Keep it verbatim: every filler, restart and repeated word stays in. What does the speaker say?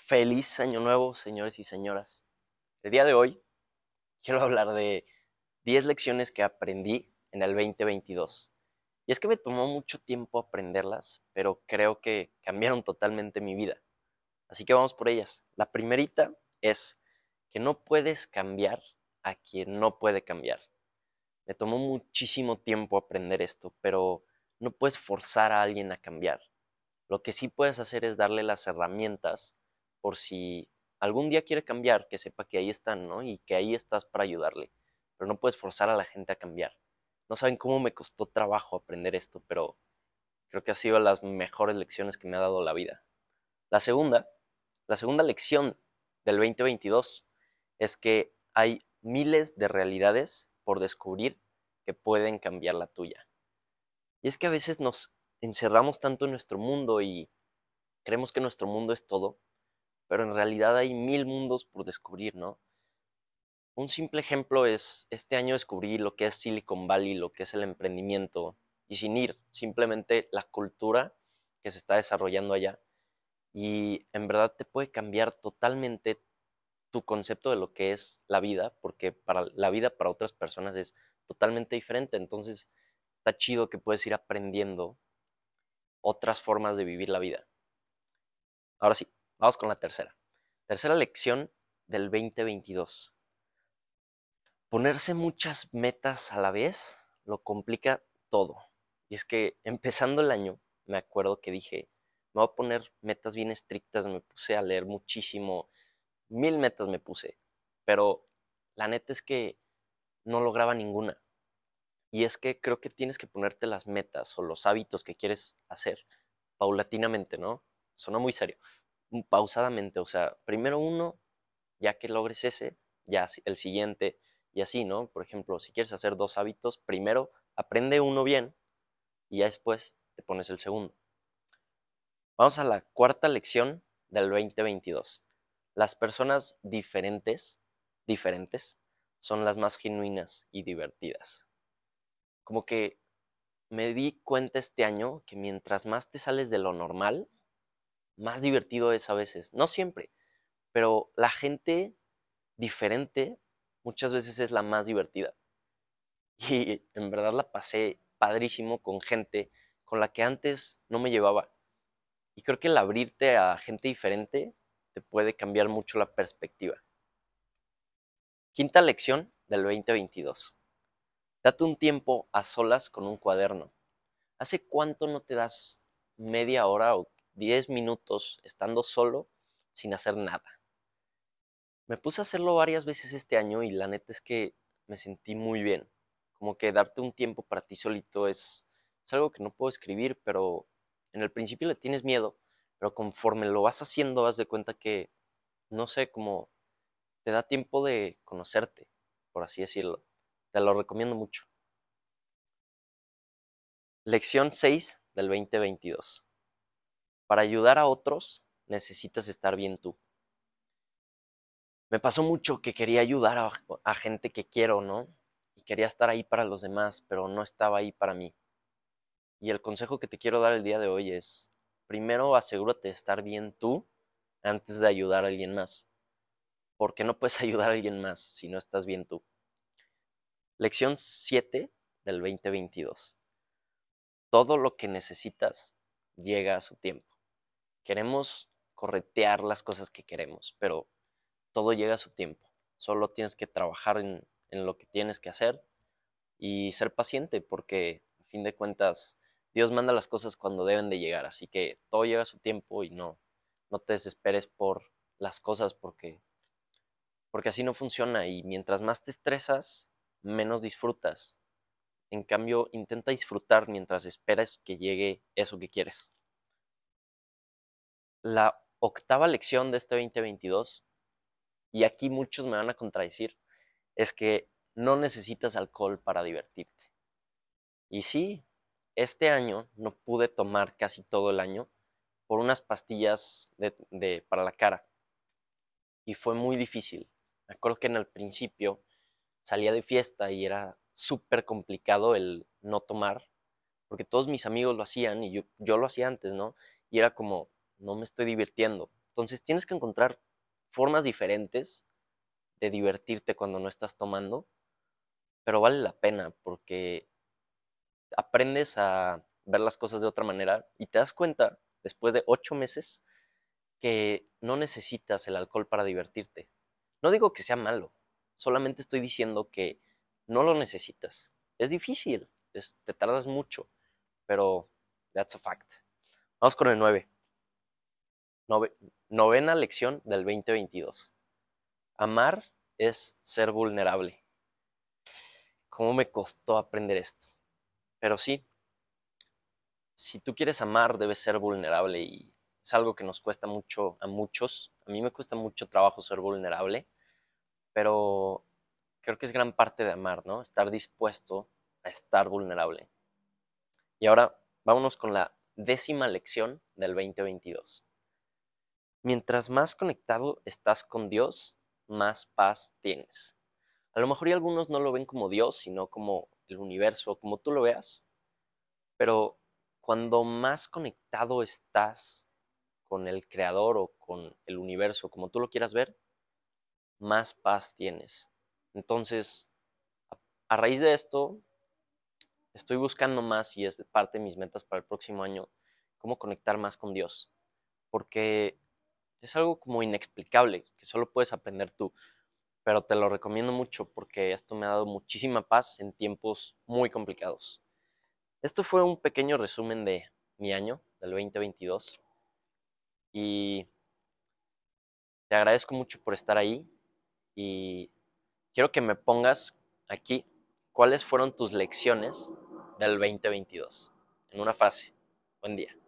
Feliz año nuevo, señores y señoras. El día de hoy quiero hablar de diez lecciones que aprendí en el veinte veintidós. Y es que me tomó mucho tiempo aprenderlas, pero creo que cambiaron totalmente mi vida. Así que vamos por ellas. La primerita es que no puedes cambiar a quien no puede cambiar. Me tomó muchísimo tiempo aprender esto, pero no puedes forzar a alguien a cambiar. Lo que sí puedes hacer es darle las herramientas por si algún día quiere cambiar, que sepa que ahí están, ¿no? Y que ahí estás para ayudarle. Pero no puedes forzar a la gente a cambiar. No saben cómo me costó trabajo aprender esto, pero creo que ha sido las mejores lecciones que me ha dado la vida. La segunda, la segunda lección del veinte veintidós es que hay miles de realidades por descubrir que pueden cambiar la tuya. Y es que a veces nos encerramos tanto en nuestro mundo y creemos que nuestro mundo es todo, pero en realidad hay mil mundos por descubrir, ¿no? Un simple ejemplo es, este año descubrí lo que es Silicon Valley, lo que es el emprendimiento, y sin ir, simplemente la cultura que se está desarrollando allá. Y en verdad te puede cambiar totalmente tu concepto de lo que es la vida, porque para la vida para otras personas es totalmente diferente. Entonces está chido que puedes ir aprendiendo otras formas de vivir la vida. Ahora sí, vamos con la tercera. Tercera lección del veinte veintidós. Ponerse muchas metas a la vez lo complica todo. Y es que empezando el año, me acuerdo que dije, me voy a poner metas bien estrictas, me puse a leer muchísimo, mil metas me puse, pero la neta es que no lograba ninguna. Y es que creo que tienes que ponerte las metas o los hábitos que quieres hacer paulatinamente, ¿no? Suena muy serio. Pausadamente, o sea, primero uno, ya que logres ese, ya el siguiente y así, ¿no? Por ejemplo, si quieres hacer dos hábitos, primero aprende uno bien y ya después te pones el segundo. Vamos a la cuarta lección del veinte veintidós. Las personas diferentes, diferentes, son las más genuinas y divertidas. Como que me di cuenta este año que mientras más te sales de lo normal, más divertido es a veces. No siempre, pero la gente diferente muchas veces es la más divertida. Y en verdad la pasé padrísimo con gente con la que antes no me llevaba. Y creo que el abrirte a gente diferente te puede cambiar mucho la perspectiva. Quinta lección del veinte veintidós. Date un tiempo a solas con un cuaderno. ¿Hace cuánto no te das media hora o diez minutos estando solo sin hacer nada? Me puse a hacerlo varias veces este año y la neta es que me sentí muy bien. Como que darte un tiempo para ti solito es, es algo que no puedo escribir, pero en el principio le tienes miedo, pero conforme lo vas haciendo, vas de cuenta que, no sé, como te da tiempo de conocerte, por así decirlo. Te lo recomiendo mucho. Lección seis del veinte veintidós. Para ayudar a otros, necesitas estar bien tú. Me pasó mucho que quería ayudar a, a gente que quiero, ¿no? Y quería estar ahí para los demás, pero no estaba ahí para mí. Y el consejo que te quiero dar el día de hoy es, primero asegúrate de estar bien tú antes de ayudar a alguien más, porque no puedes ayudar a alguien más si no estás bien tú. Lección siete del veinte veintidós. Todo lo que necesitas llega a su tiempo. Queremos corretear las cosas que queremos, pero todo llega a su tiempo. Solo tienes que trabajar en, en lo que tienes que hacer y ser paciente, porque a fin de cuentas Dios manda las cosas cuando deben de llegar, así que todo llega a su tiempo y no, no te desesperes por las cosas porque, porque así no funciona y mientras más te estresas, menos disfrutas. En cambio, intenta disfrutar mientras esperas que llegue eso que quieres. La octava lección de este veinte veintidós, y aquí muchos me van a contradecir, es que no necesitas alcohol para divertirte. Y sí, este año no pude tomar casi todo el año por unas pastillas de, de, para la cara. Y fue muy difícil. Me acuerdo que en el principio salía de fiesta y era súper complicado el no tomar, porque todos mis amigos lo hacían y yo, yo lo hacía antes, ¿no? Y era como, no me estoy divirtiendo. Entonces tienes que encontrar formas diferentes de divertirte cuando no estás tomando, pero vale la pena porque aprendes a ver las cosas de otra manera y te das cuenta, después de ocho meses, que no necesitas el alcohol para divertirte. No digo que sea malo, solamente estoy diciendo que no lo necesitas. Es difícil, es- te tardas mucho, pero that's a fact. Vamos con el nueve. Nove- novena lección del veinte veintidós. Amar es ser vulnerable. ¿Cómo me costó aprender esto? Pero sí, si tú quieres amar, debes ser vulnerable y es algo que nos cuesta mucho a muchos. A mí me cuesta mucho trabajo ser vulnerable, pero creo que es gran parte de amar, ¿no? Estar dispuesto a estar vulnerable. Y ahora vámonos con la décima lección del veinte veintidós. Mientras más conectado estás con Dios, más paz tienes. A lo mejor y algunos no lo ven como Dios, sino como el universo, como tú lo veas, pero cuando más conectado estás con el creador o con el universo, como tú lo quieras ver, más paz tienes. Entonces, a, a raíz de esto, estoy buscando más y es parte de mis metas para el próximo año, cómo conectar más con Dios, porque es algo como inexplicable, que solo puedes aprender tú, pero te lo recomiendo mucho porque esto me ha dado muchísima paz en tiempos muy complicados. Esto fue un pequeño resumen de mi año, del veinte veintidós, y te agradezco mucho por estar ahí y quiero que me pongas aquí cuáles fueron tus lecciones del veinte veintidós en una frase. Buen día.